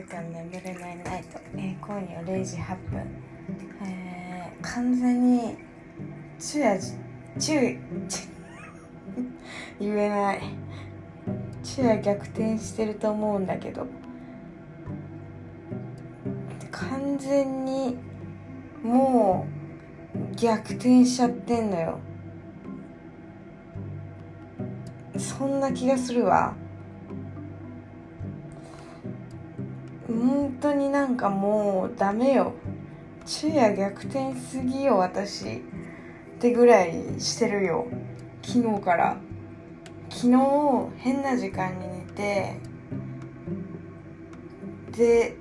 間眠れないナイト、今夜0時8分、完全に言えない昼夜逆転してると思うんだけど、完全にもう逆転しちゃってんのよ。そんな気がするわ。本当になんかもうダメよ。昼夜逆転すぎよ私ってぐらいしてるよ。昨日変な時間に寝て、で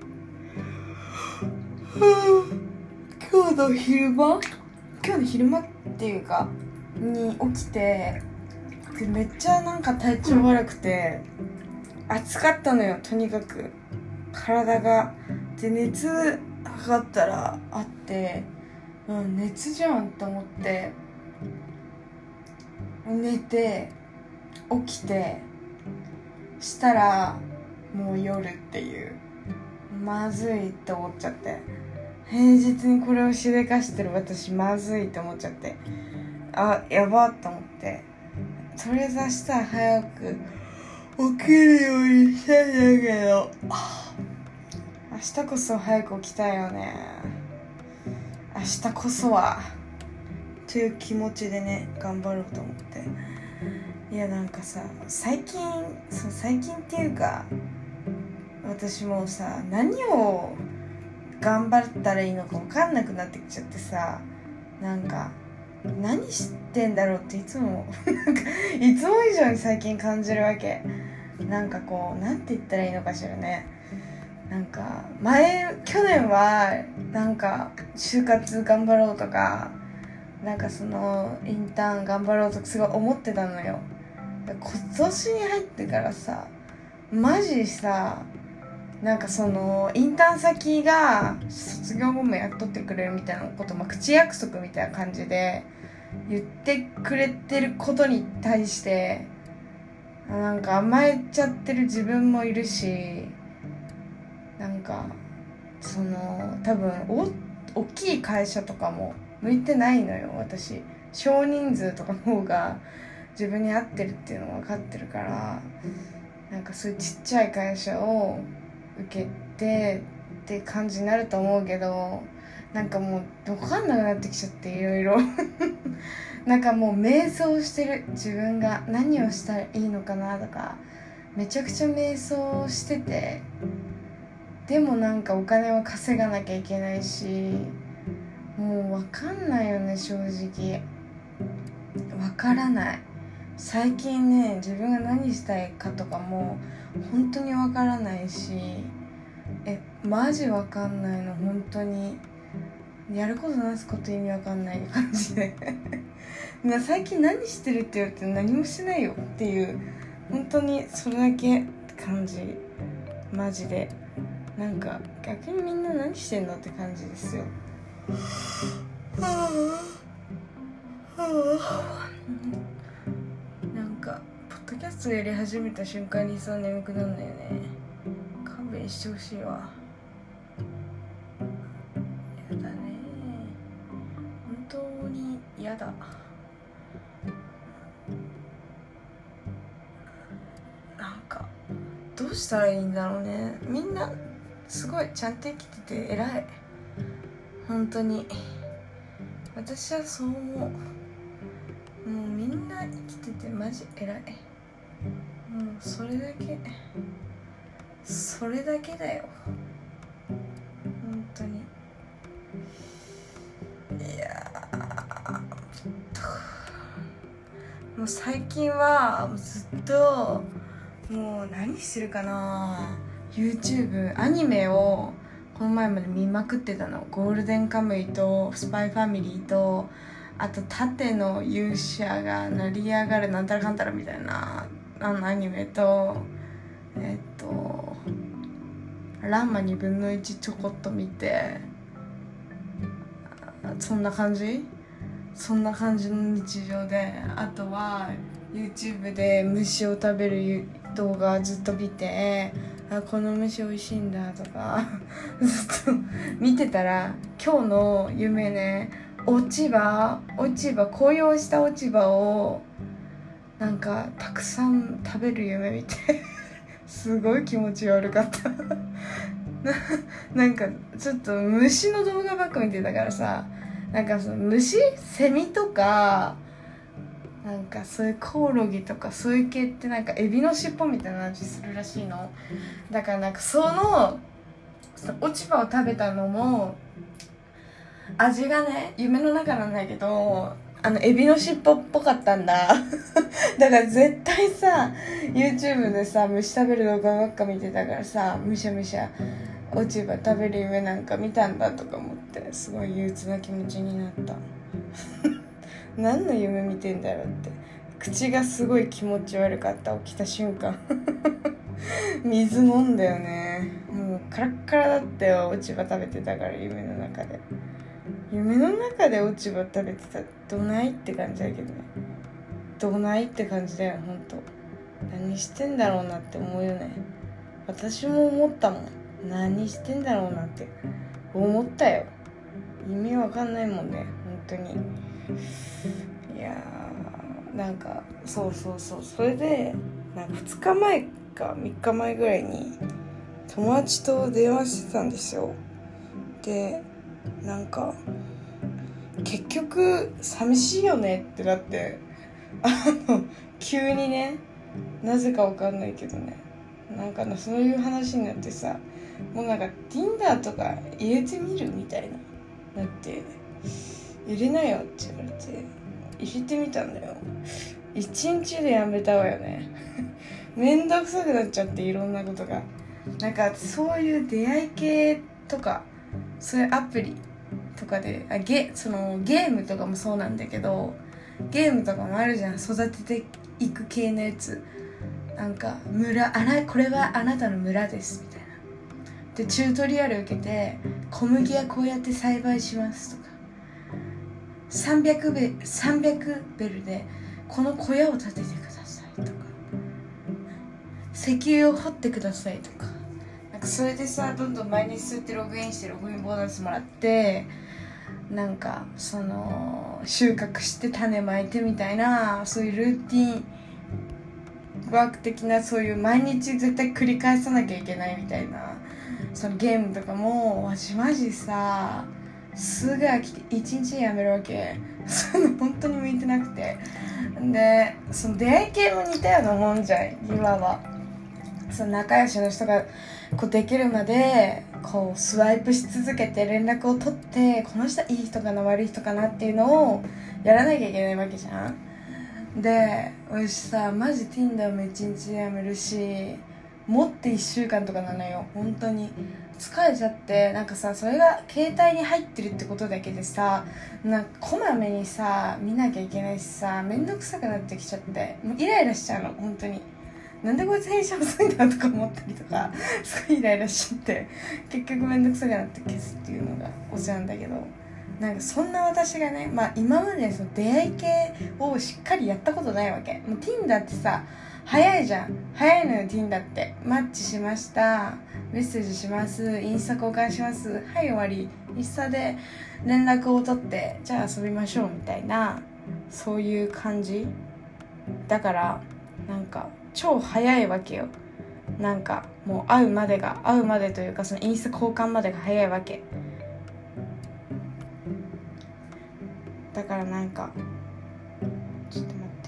今日の昼間っていうかに起きて、でめっちゃなんか体調悪くて暑かったのよ。とにかく体がで、熱測ったらあって、熱じゃんと思って寝て起きてしたらもう夜っていう、まずいって思っちゃって、平日にこれをしでかしてる私まずいって思っちゃって、やばっと思って、とりあえず明日は早く起きるようにしたんだけど、明日こそ早く起きたいよね。明日こそはという気持ちでね頑張ろうと思って。いやなんかさ、最近っていうか私もさ、何を頑張ったらいいのか分かんなくなってきちゃってさ、なんか何してんだろうっていつもいつも以上に最近感じるわけ。なんかこうなんて言ったらいいのかしらね。なんか去年はなんか就活頑張ろうとか、なんかそのインターン頑張ろうとかすごい思ってたのよ。今年に入ってからさ、マジさ、なんかそのインターン先が卒業後も雇ってくれるみたいなこと、口約束みたいな感じで言ってくれてることに対してなんか甘えちゃってる自分もいるし、なんかその多分大きい会社とかも向いてないのよ私。少人数とかの方が自分に合ってるっていうのも分かってるから、なんかそういうちっちゃい会社を受けてって感じになると思うけど、なんかもう分かんなくなってきちゃって、いろいろなんかもう迷走してる。自分が何をしたらいいのかなとかめちゃくちゃ迷走してて、でもなんかお金は稼がなきゃいけないし、もう分かんないよね。正直分からない。最近ね、自分が何したいかとかも本当に分からないし、マジ分かんないの。本当にやることなすこと意味分かんない感じで最近何してるって言われて何もしてないよっていう、本当にそれだけって感じ。マジでなんか逆にみんな何してんのって感じですよ。なんかポッドキャストやり始めた瞬間にそう眠くなるんだよね。勘弁してほしいわ。やだね、本当にやだ。なんかどうしたらいいんだろうね。みんなすごいちゃんと生きてて偉い。本当に私はそう思う。もうみんな生きててマジ偉い。もうそれだけだよ本当に。いやもう最近はずっともう何してるかな。 YouTube アニメをこの前まで見まくってたの。ゴールデンカムイとスパイファミリーと、あと盾の勇者が成り上がるなんたらかんたらみたいなアニメと、ランマ2分の1ちょこっと見て、そんな感じの日常で、あとは YouTube で虫を食べる動画ずっと見て、 あこの飯美味しいんだとかずっと見てたら、今日の夢ね、落ち葉紅葉した落ち葉をなんかたくさん食べる夢見てすごい気持ち悪かったなんかちょっと虫の動画ばっか見てたからさ、なんかその虫、セミとかなんかそういうコオロギとかそういう系ってなんかエビの尻尾みたいな味するらしいの。だからなんかその落ち葉を食べたのも味がね、夢の中なんだけどエビの尻尾っぽかったんだだから絶対さ YouTube でさ虫食べる動画ばっか見てたからさ、むしゃむしゃ落ち葉食べる夢なんか見たんだとか思って、すごい憂鬱な気持ちになった何の夢見てんだろうって。口がすごい気持ち悪かった、起きた瞬間水飲んだよね。もうカラッカラだったよ、落ち葉食べてたから。夢の中で落ち葉食べてた。どないって感じだけどね、どないって感じだよ。ほんと何してんだろうなって思うよね。私も思ったもん、何してんだろうなって思ったよ。意味わかんないもんね、本当に。いやー、なんかそうそれでなんか2日前か3日前ぐらいに友達と電話してたんですよ。でなんか結局寂しいよねってなって、急にね、なぜかわかんないけどね、なんかそういう話になってさ、もうなんか Tinder とか入れてみるみたいななって、入れなよって言われて入れてみたんだよ。1日でやめたわよねめんどくさくなっちゃって、いろんなことが。なんかそういう出会い系とかそういうアプリとかでそのゲームとかもそうなんだけど、ゲームとかもあるじゃん、育てていく系のやつ。なんかこれはあなたの村ですみたいなでチュートリアル受けて、小麦はこうやって栽培しますとか、300ベルでこの小屋を建ててくださいとか、石油を掘ってくださいとか、なんかそれでさ、どんどん毎日そうやってログインしてログインボーナスもらって、なんかその収穫して種まいてみたいな、そういうルーティンワーク的な、そういう毎日絶対繰り返さなきゃいけないみたいな、そのゲームとかもマジさすぐ飽きて1日でやめるわけその本当に向いてなくて。でその出会い系も似たようなもんじゃん、今は。その仲良しの人がこうできるまでこうスワイプし続けて連絡を取って、この人いい人かな悪い人かなっていうのをやらなきゃいけないわけじゃん。で私さ、マジ Tinder も1日でやめるし、持って1週間とかなのよ。本当に疲れちゃって、なんかさ、それが携帯に入ってるってことだけでさ、なんかこまめにさ見なきゃいけないしさ、めんどくさくなってきちゃって、もうイライラしちゃうの。本当になんでこいつ返信遅いんだとか思ったりとか、すごいイライラしちゃって、結局めんどくさくなって消すっていうのがオチなんだけど、なんかそんな私がね、まあ今までその出会い系をしっかりやったことないわけ。もう Tinder ってさ、早いじゃん。早いのよ Tinder って。マッチしました、メッセージします、インスタ交換します、はい終わり。インスタで連絡を取って、じゃあ遊びましょうみたいな、そういう感じだから、なんか超早いわけよ。なんかもう会うまでというか、そのインスタ交換までが早いわけだから、なんかちょっと待って、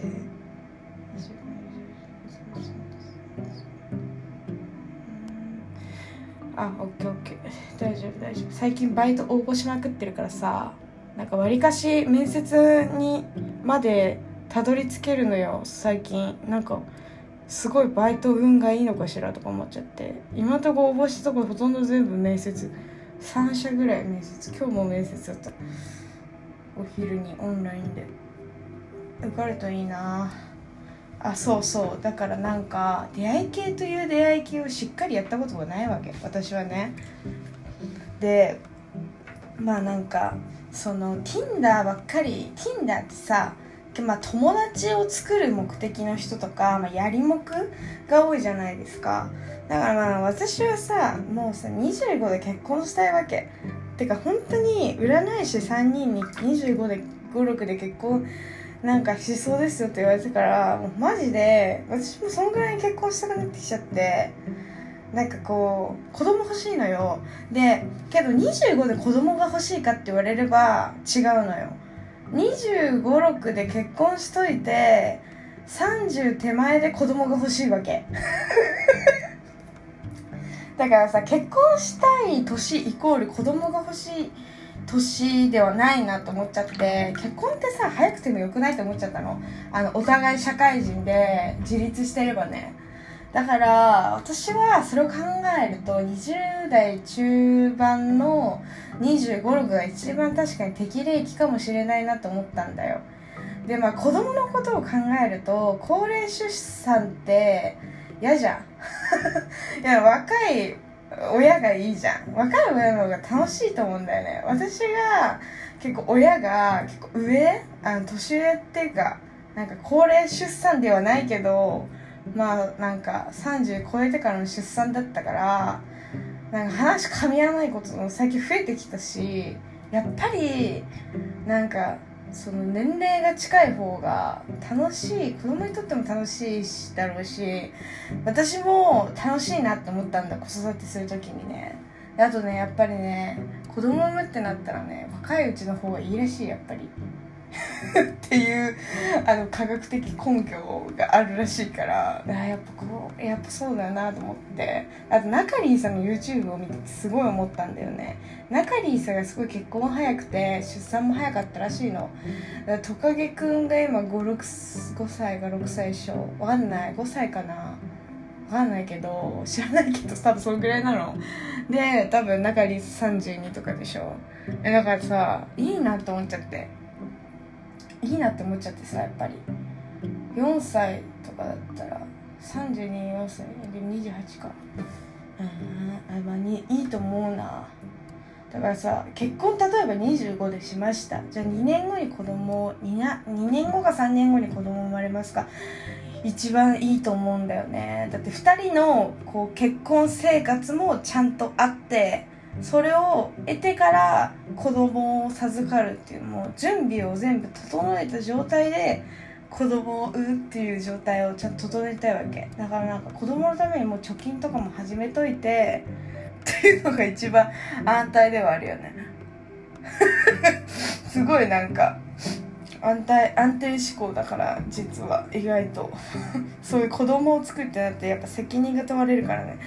オッケー大丈夫。最近バイト応募しまくってるからさ、なんかわりかし面接にまでたどり着けるのよ最近。なんかすごいバイト運がいいのかしらとか思っちゃって、今のところ応募したところほとんど全部面接、3社ぐらい面接、今日も面接だった。お昼にオンラインで受かるといいなあ。そうだから、なんか出会い系という出会い系をしっかりやったことがないわけ、私はね。でまあなんかその Tinder ばっかり、 Tinder ってさまあ、友達を作る目的の人とか、まあ、やりもくが多いじゃないですか。だからまあ私はさ、もうさ25で結婚したいわけ。てか本当に占い師3人に25で56で結婚なんかしそうですよって言われてから、もうマジで私もそんぐらいに結婚したくなってきちゃって、なんかこう子供欲しいのよ。でけど25で子供が欲しいかって言われれば違うのよ。25、6で結婚しといて30手前で子供が欲しいわけだからさ、結婚したい年イコール子供が欲しい年ではないなと思っちゃって、結婚ってさ早くてもよくないと思っちゃったの。お互い社会人で自立してればね。だから私はそれを考えると20代中盤の25、6が一番確かに適齢期かもしれないなと思ったんだよ。でまあ子供のことを考えると高齢出産って嫌じゃんいや若い親がいいじゃん。若い親の方が楽しいと思うんだよね。私が結構親が結構年上っていうかなんか高齢出産ではないけどまあなんか30超えてからの出産だったからなんか話噛み合わないことも最近増えてきたし、やっぱりなんかその年齢が近い方が楽しい、子供にとっても楽しいだろうし、私も楽しいなって思ったんだ、子育てするときにね。あとね、やっぱりね、子供産むってなったらね、若いうちの方がいいらしい、やっぱりっていう科学的根拠があるらしいから、やっぱそうだよなと思って。あと中里さんの YouTube を見ててすごい思ったんだよね。中里さんがすごい結婚早くて出産も早かったらしいの。トカゲくんが今5歳か6歳でしょ、わかんない、5歳かな、わかんないけど、知らないけど多分そのぐらいなので、多分中里32とかでしょ。だからさ、いいなと思っちゃって、いいなって思っちゃってさ、やっぱり4歳とかだったら32、4歳で28か、まあいいと思うな。だからさ、結婚例えば25でしました。じゃあ2年後に子供2年後か3年後に子供生まれますか、一番いいと思うんだよね。だって2人のこう結婚生活もちゃんとあって、それを得てから子供を授かるっていう、もう準備を全部整えた状態で子供を産むっていう状態をちゃんと整えたいわけだから、なんか子供のためにもう貯金とかも始めといてっていうのが一番安泰ではあるよねすごいなんか安定志向だから、実は意外とそういう子供を作るってなってやっぱ責任が問われるからね。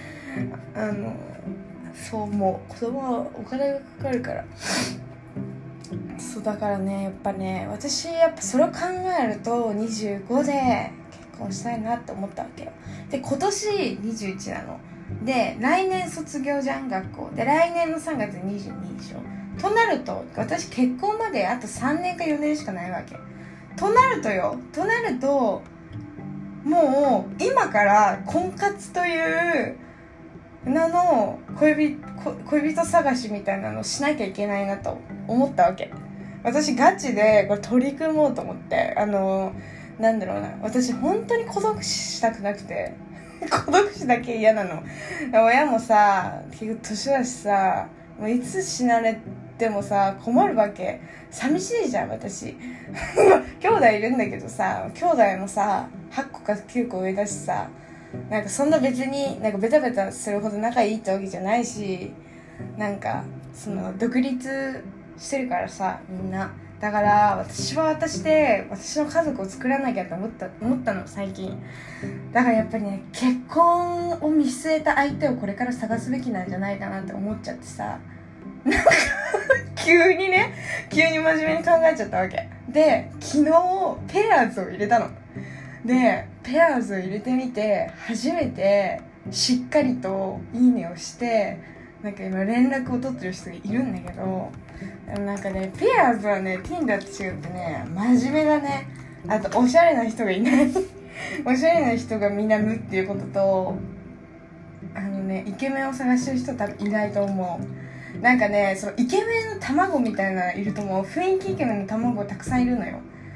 そう思う。子供はお金がかかるから。そうだからね、やっぱね、私やっぱそれを考えると25で結婚したいなって思ったわけよ。で今年21なので、来年卒業じゃん、学校で。来年の3月22でしょ。となると私結婚まであと3年か4年しかないわけ。となるともう今から婚活という名の恋人探しみたいなのをしなきゃいけないなと思ったわけ。私ガチでこれ取り組もうと思って、なんだろうな、私本当に孤独死したくなくて孤独死だけ嫌なの。親もさ結局年だしさ、もういつ死なれてもさ困るわけ。寂しいじゃん私兄弟いるんだけどさ、兄弟もさ8個か9個上だしさ、なんかそんな別になんかベタベタするほど仲いいってわけじゃないし、なんかその独立してるからさみんな。だから私は私で私の家族を作らなきゃと思ったの最近。だからやっぱりね、結婚を見据えた相手をこれから探すべきなんじゃないかなって思っちゃってさ、なんか急に真面目に考えちゃったわけで、昨日ペアーズを入れたので、ペアーズを入れてみて初めてしっかりといいねをして、なんか今連絡を取ってる人がいるんだけど、なんかね、ペアーズはね Tinder と違ってね真面目だね。あとおしゃれな人がいないおしゃれな人がみんな無っていうことと、イケメンを探してる人多分いないと思う。なんかね、そのイケメンの卵みたいなのいると思う。雰囲気イケメンの卵たくさんいるのよ。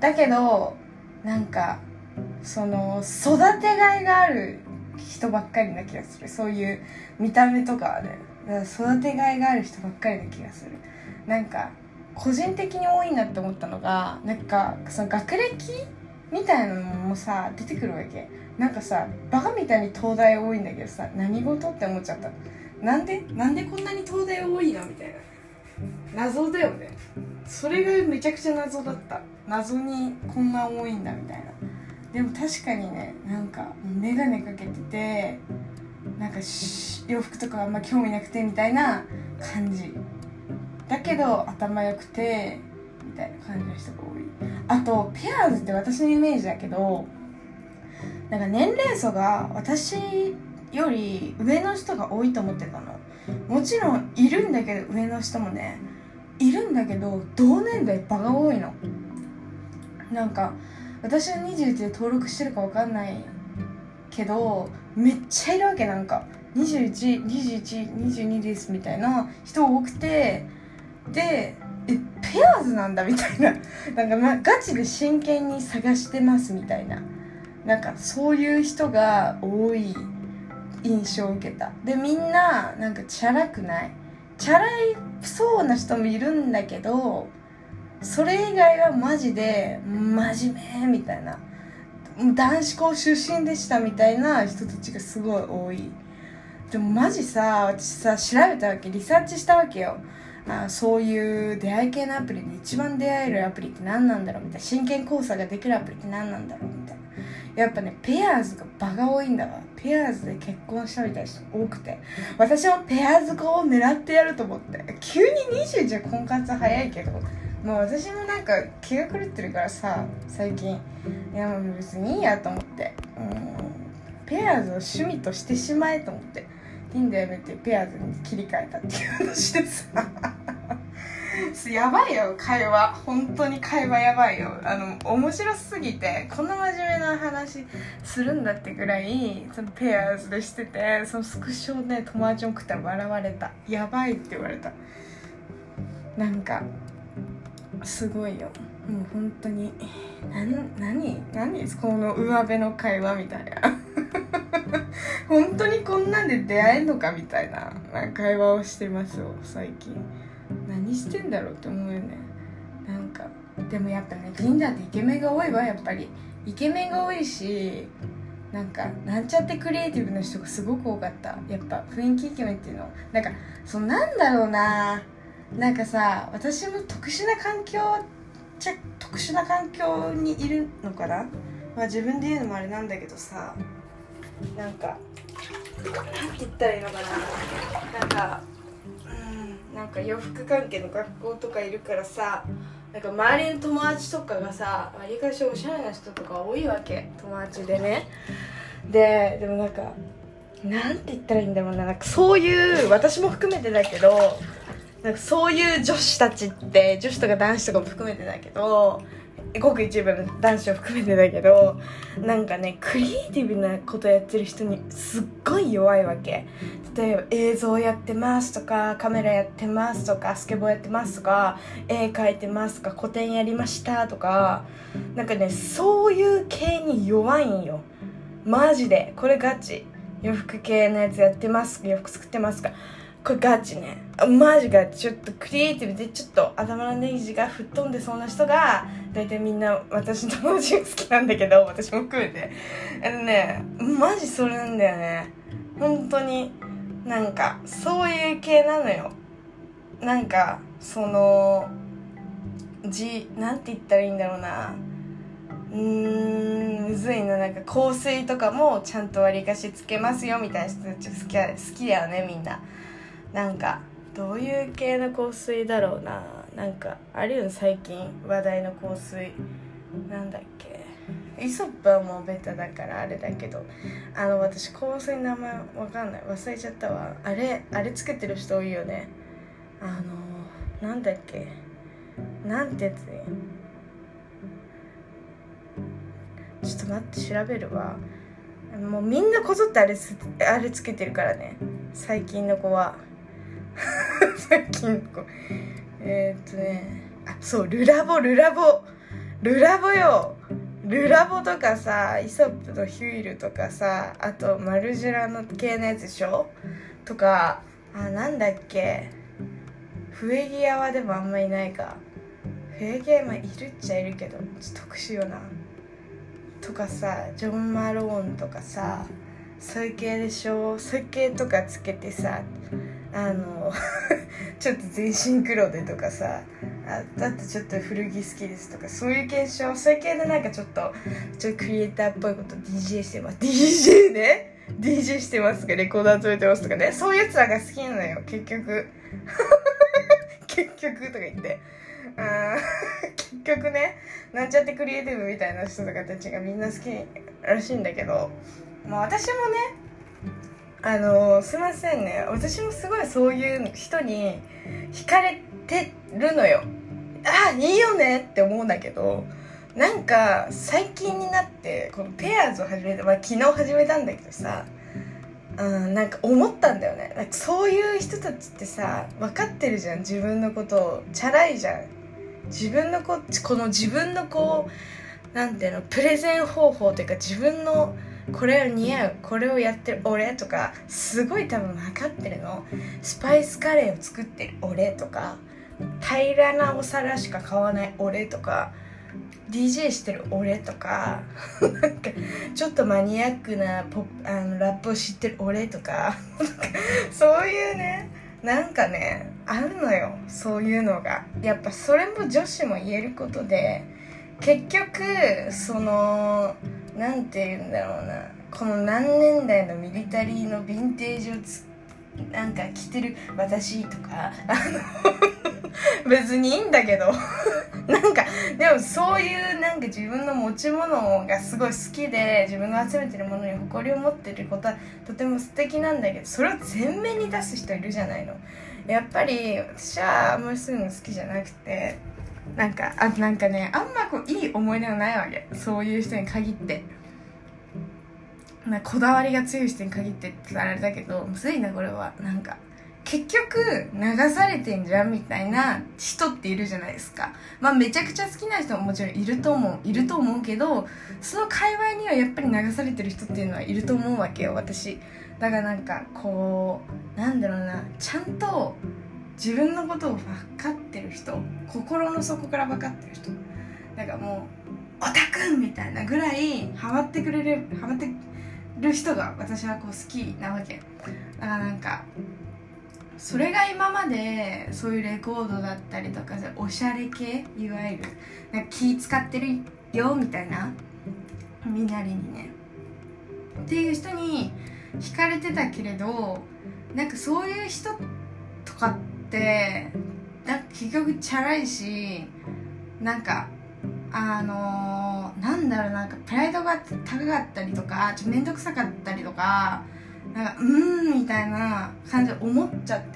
だけどなんかその育てがいがある人ばっかりな気がする。そういう見た目とかはね、だから育てがいがある人ばっかりな気がする。なんか個人的に多いなって思ったのが、なんかその学歴みたいなのもさ出てくるわけ。なんかさバカみたいに東大多いんだけどさ、何事って思っちゃった。なんでこんなに東大多いのみたいな謎だよね。それがめちゃくちゃ謎だった。謎にこんな多いんだみたいな。でも確かにね、なんかメガネかけててなんか洋服とかあんま興味なくてみたいな感じだけど頭良くてみたいな感じの人が多い。あとペアーズって私のイメージだけど、なんか年齢層が私より上の人が多いと思ってたの。もちろんいるんだけど、上の人もねいるんだけど、同年代バカ多いの。なんか私は21で登録してるか分かんないけどめっちゃいるわけ。なんか21、21、22ですみたいな人多くて、でペアーズなんだみたいな、なんかガチで真剣に探してますみたいな、なんかそういう人が多い印象を受けた。でみんななんかチャラくない、チャラいそうな人もいるんだけど、それ以外はマジで真面目みたいな、男子校出身でしたみたいな人たちがすごい多い。でもマジさ、私さ調べたわけ、リサーチしたわけよ。そういう出会い系のアプリで一番出会えるアプリって何なんだろうみたいな、真剣交際ができるアプリって何なんだろうみたいな。やっぱねペアーズがバカ多いんだわ。ペアーズで結婚したみたいな人多くて、私もペアーズ婚を狙ってやると思って。急に20じゃ婚活早いけど、もう私もなんか気が狂ってるからさ最近。いやもう別にいいやと思って、ペアーズを趣味としてしまえと思って Tinder やめてペアーズに切り替えたっていう話でさやばいよ会話、本当に会話やばいよ。面白すぎてこんな真面目な話するんだってぐらいそのペアーズでしてて、そのスクショをね友達に送ったら笑われた。やばいって言われた。なんかすごいよ、もう本当に何この上辺の会話みたいな本当にこんなんで出会えんのかみたいな会話をしてますよ最近。何してんだろうって思うよね。なんかでもやっぱね Tinder ってイケメンが多いわ。やっぱりイケメンが多いし、なんかなんちゃってクリエイティブな人がすごく多かった。やっぱ雰囲気イケメンっていうのなんかなんだろうな、なんかさ私も特殊な環境にいるのかな、自分で言うのもあれなんだけどさ、なんかなんて言ったらいいのかな、なんか洋服関係の学校とかいるからさ、なんか周りの友達とかがさわりかしおしゃれな人とか多いわけ、友達でね。でもなんかなんて言ったらいいんだろうな、なんかそういう私も含めてだけど、なんかそういう女子たちって女子とか男子とかも含めてだけど、ごく一部の男子を含めてだけど、なんかねクリエイティブなことやってる人にすっごい弱いわけ。例えば映像やってますとか、カメラやってますとか、スケボーやってますとか、絵描いてますとか、個展やりましたとか、なんかねそういう系に弱いんよマジで。これガチ、洋服系のやつやってます、洋服作ってますか、これガチね、マジガチ。ちょっとクリエイティブでちょっと頭のネジが吹っ飛んでそうな人が大体みんな私の友達が好きなんだけど、私も含めてマジそれなんだよね本当に。なんかそういう系なのよ。なんかなんて言ったらいいんだろうな、むずいな。なんか香水とかもちゃんと割りかしつけますよみたいな人たち好きだよねみんな。なんかどういう系の香水だろうな、なんかあるよ最近話題の香水なんだっけ、イソップはもうベタだからあれだけど、私香水の名前わかんない、忘れちゃったわ。あれつけてる人多いよね。なんだっけ、なんてやつね、ちょっと待って調べるわ。もうみんなこぞってあれつけてるからね最近の子は最近の子そうルラボルラボよ。ルラボとかさ、イソップとヒュイルとかさ、あとマルジェラの系のやつでしょとか、なんだっけ、フエギアはでもあんまいないか。フエギアいるっちゃいるけどちょっと特殊よな。とかさ、ジョン・マローンとかさ、そういう系でしょ。そういう系とかつけてさ、ちょっと全身黒でとかさ、あとちょっと古着好きですとか、そういう系でしょ。そういう系でなんかちょっとクリエイターっぽいこと DJ してます。DJ ね、 DJ してますとか、レコーダー集めてますとかね、そういうやつらが好きなのよ結局結局とか言って結局ね、なんちゃってクリエイティブみたいな人とかたちがみんな好きらしいんだけど、まあ私もね、すいませんね、私もすごいそういう人に惹かれてるのよ。いいよねって思うんだけど、なんか最近になってこのペアーズを始めた、昨日始めたんだけどさ、なんか思ったんだよね。なんかそういう人たちってさ、分かってるじゃん、自分のことを。チャラいじゃん、自分のこの自分のなんていうの、プレゼン方法というか、自分のこれを似合う、これをやってる俺とかすごい多分分かってるの。スパイスカレーを作ってる俺とか、平らなお皿しか買わない俺とか、 DJ してる俺とかなんかちょっとマニアックなラップを知ってる俺とかそういうね、なんかね、あるのよ、そういうのが。やっぱそれも女子も言えることで、結局なんて言うんだろうな、この何年代のミリタリーのヴィンテージをなんか着てる私とか別にいいんだけどなんかでもそういうなんか自分の持ち物がすごい好きで、自分が集めてるものに誇りを持ってることはとても素敵なんだけど、それを前面に出す人いるじゃないの。やっぱり私はあんまりそういうの好きじゃなくて、なんかね、あんまいい思い出がないわけ、そういう人に限って。こだわりが強い人に限ってって言ったらあれだけど、むずいなこれは。なんか結局流されてんじゃんみたいな人っているじゃないですか。めちゃくちゃ好きな人ももちろんいると思うけど、その界隈にはやっぱり流されてる人っていうのはいると思うわけよ、私。だからなんかなんだろうな、ちゃんと自分のことを分かってる人、心の底から分かってる人、なんかもうオタクみたいなぐらいハマってる人が私は好きなわけだから、なんかそれが今までそういうレコードだったりとかおしゃれ系、いわゆるなんか気使ってるよみたいな、みなりにねっていう人に惹かれてたけれど、なんかそういう人とかってなんか結局チャラいし、なんかなんだろう、なんかプライドが高かったりとか、ちょっと面倒くさかったりとか、なんかみたいな感じで思っちゃって、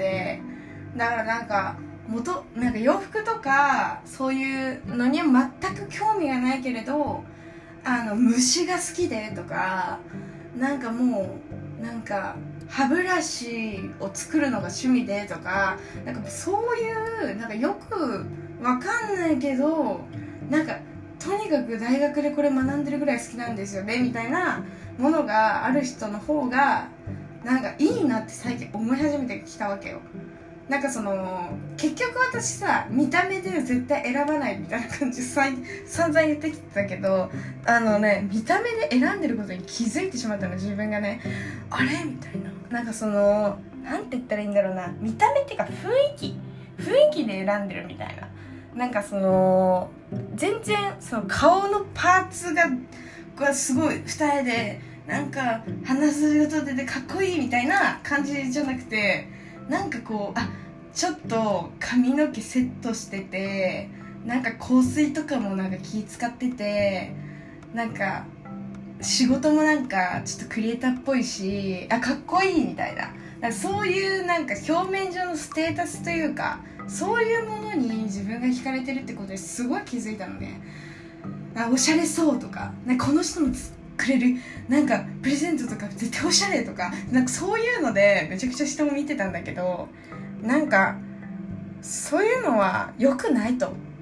だからなんか洋服とかそういうのには全く興味がないけれど、虫が好きでとか、なんかもうなんか歯ブラシを作るのが趣味でとか、なんかそういうなんかよくわかんないけど、なんかとにかく大学でこれ学んでるぐらい好きなんですよねみたいなものがある人の方がなんかいいなって最近思い始めてきたわけよ。なんか結局私さ、見た目で絶対選ばないみたいな感じ散々言ってきてたけど、見た目で選んでることに気づいてしまったの、自分がね。あれみたいな、なんかなんて言ったらいいんだろうな、見た目っていうか雰囲気で選んでるみたいな。なんか全然顔のパーツがすごい二重で、なんか鼻筋が出てかっこいいみたいな感じじゃなくて、なんかちょっと髪の毛セットしてて、なんか香水とかもなんか気使ってて、なんか仕事もなんかちょっとクリエイターっぽいし、かっこいいみたいな、なんかそういうなんか表面上のステータスというか、そういうものに自分が惹かれてるってことですごい気づいたのね。おしゃれそうとか、この人もくれるなんかプレゼントとか絶対おしゃれとか、なんかそういうのでめちゃくちゃ人も見てたんだけど、なんかそういうのは良くないと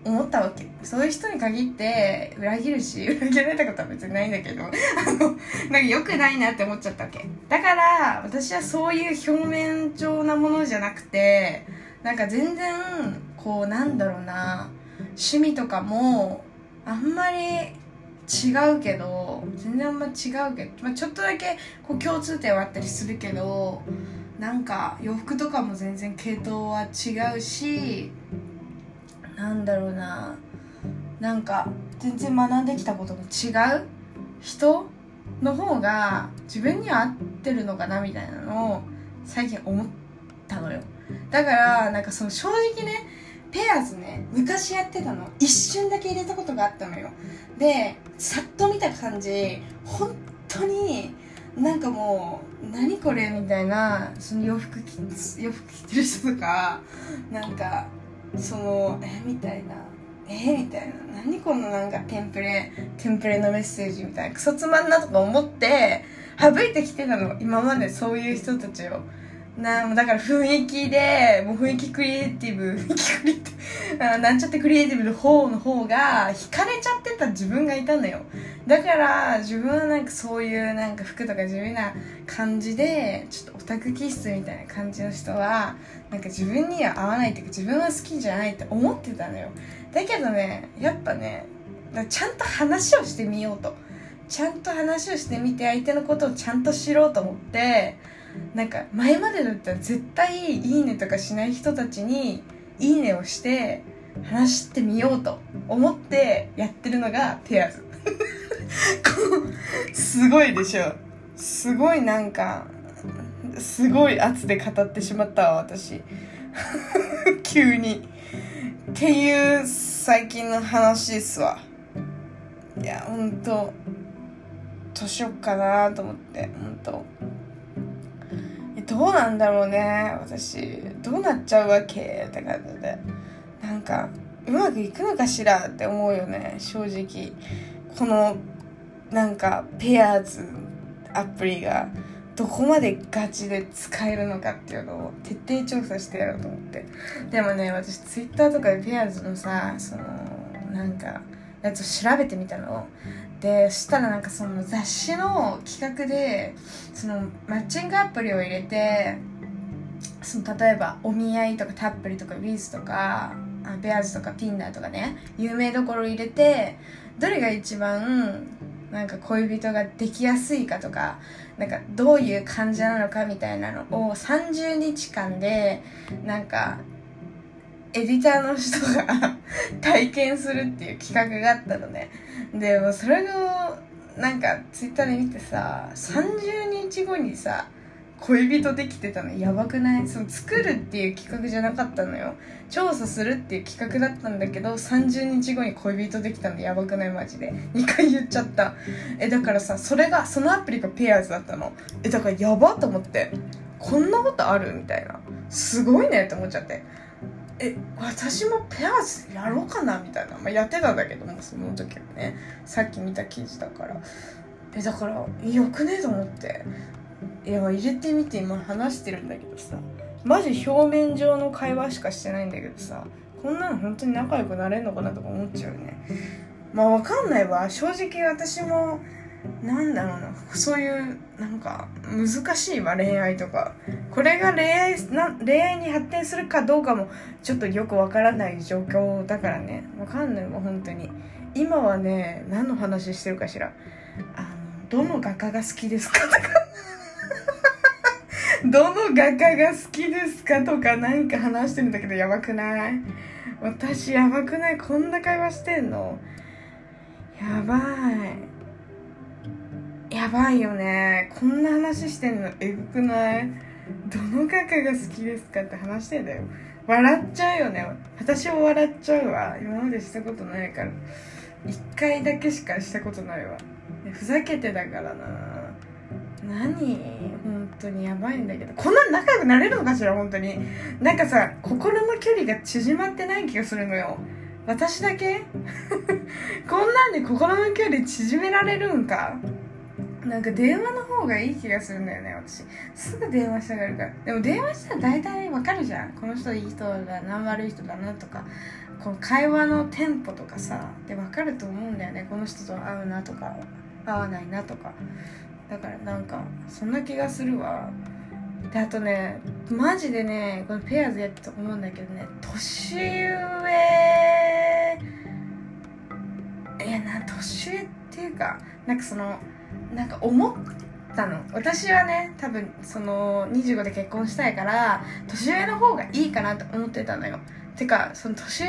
思ったわけ。そういう人に限って裏切るし、裏切られたことは別にないんだけどなんか良くないなって思っちゃったわけ。だから私はそういう表面上なものじゃなくて、なんか全然こうなんだろうな、趣味とかもあんまり違うけど、全然あんま違うけど、ちょっとだけこう共通点はあったりするけど、なんか洋服とかも全然系統は違うし、なんだろうな、なんか全然学んできたことの違う人の方が自分には合ってるのかなみたいなのを最近思ったのよ。だからなんかその正直ね、ペアーズね、昔やってたの一瞬だけ入れたことがあったのよ。でさっと見た感じ、本当になんかもう何これみたいな、その洋服着てる人とか、なんかそのみたいなみたいな、何このなんかテンプレのメッセージみたいな、クソつまんなとか思って省いてきてたの、今までそういう人たちを。だから雰囲気で、もう雰囲気クリエイティブなんちゃってクリエイティブの方が惹かれちゃってた自分がいたのよ。だから自分はなんかそういうなんか服とか地味な感じで、ちょっとオタク気質みたいな感じの人はなんか自分には合わないっていうか、自分は好きじゃないって思ってたのよ。だけどね、やっぱね、ちゃんと話をしてみようと、ちゃんと話をしてみて、相手のことをちゃんと知ろうと思って、なんか前までだったら絶対いいねとかしない人たちにいいねをして話してみようと思ってやってるのがペアーズすごいでしょ。すごいなんかすごい圧で語ってしまったわ私急にっていう最近の話ですわ。いやほんとどうしよっかなと思って、ほんとどうなんだろうね、私どうなっちゃうわけって感じで、なんかうまくいくのかしらって思うよね、正直。このなんかペアーズアプリがどこまでガチで使えるのかっていうのを徹底調査してやろうと思って。でもね、私ツイッターとかでペアーズのさ、そのなんかやつを調べてみたので、そしたらなんかその雑誌の企画でそのマッチングアプリを入れて、その例えばお見合いとかタップリとかウィズとかペアーズとかティンダーとかね、有名どころ入れて、どれが一番なんか恋人ができやすいかとか、なんかどういう感じなのかみたいなのを30日間でなんかエディターの人が体験するっていう企画があったのね。でもそれをなんかツイッターで見てさ、30日後にさ恋人できてたのやばくない？その作るっていう企画じゃなかったのよ、調査するっていう企画だったんだけど、30日後に恋人できたのやばくない？マジで2回言っちゃった。だからさ、そのアプリがペアーズだったの。だからやばと思って、こんなことあるみたいな、すごいねって思っちゃって、私もペアーズやろうかなみたいな、やってたんだけども、その時はね、さっき見た記事だから、だからよくねと思って、入れてみて今話してるんだけどさ、マジ表面上の会話しかしてないんだけどさ、こんなの本当に仲良くなれるのかなとか思っちゃうよね。わかんないわ、正直私もなんだろうな、そういうなんか難しいわ、恋愛とか。これが恋愛に発展するかどうかもちょっとよくわからない状況だからね、わかんないわ本当に。今はね、何の話してるかしら。どの画家が好きですかとかどの画家が好きですかとかなんか話してるんだけど、やばくない？私やばくない？こんな会話してんのやばいよね。こんな話してんのえぐくない？どの画家が好きですかって話してんだよ。笑っちゃうよね。私も笑っちゃうわ。今までしたことないから。1回だけしかしたことないわ。ふざけてだからな。本当にやばいんだけど、こんな仲良くなれるのかしら本当に。なんかさ、心の距離が縮まってない気がするのよ。私だけこんなんで心の距離縮められるんか。なんか電話の方がいい気がするんだよね、私。すぐ電話したがるから。でも電話したら大体わかるじゃん。この人いい人だな、悪い人だなとか。 この会話のテンポとかさで分かると思うんだよね、この人と合うなとか合わないなとか。だからなんかそんな気がするわ。であとねマジでねこのペアーズやってて思うんだけどね、年上年上っていうかなんかそのなんか思ったの、私はね多分その25で結婚したいから年上の方がいいかなと思ってたんだよ。てかその年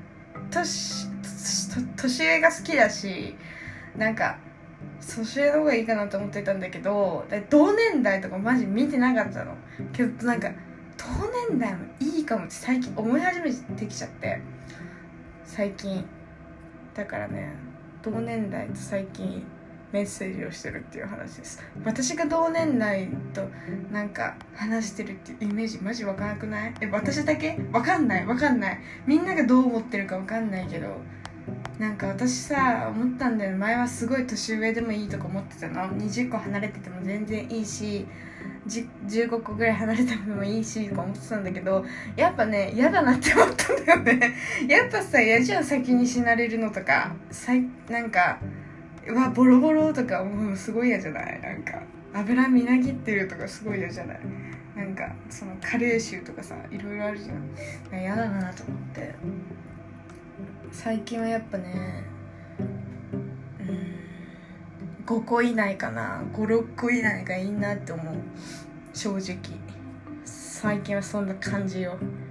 上が好きだし、なんか年上の方がいいかなと思ってたんだけど、同年代とかマジ見てなかったのけど、なんか同年代もいいかもって最近思い始めてきちゃって、最近だからね同年代と最近メッセージをしてるっていう話です。私が同年代となんか話してるっていうイメージマジわかんなくない？私だけ？わかんないみんながどう思ってるかわかんないけど、なんか私さ思ったんだよ。前はすごい年上でもいいとか思ってたの。20個離れてても全然いいし15個ぐらい離れてもいいしとか思ってたんだけど、やっぱね嫌だなって思ったんだよねやっぱさ嫌じゃん、先に死なれるのとかなんかボロボロとかもうすごい嫌じゃない？なんか油みなぎってるとかすごい嫌じゃない？なんかその加齢臭とかさいろいろあるじゃん。嫌だなと思って、最近はやっぱね5個以内かな、5、6個以内がいいなって思う。正直最近はそんな感じよ。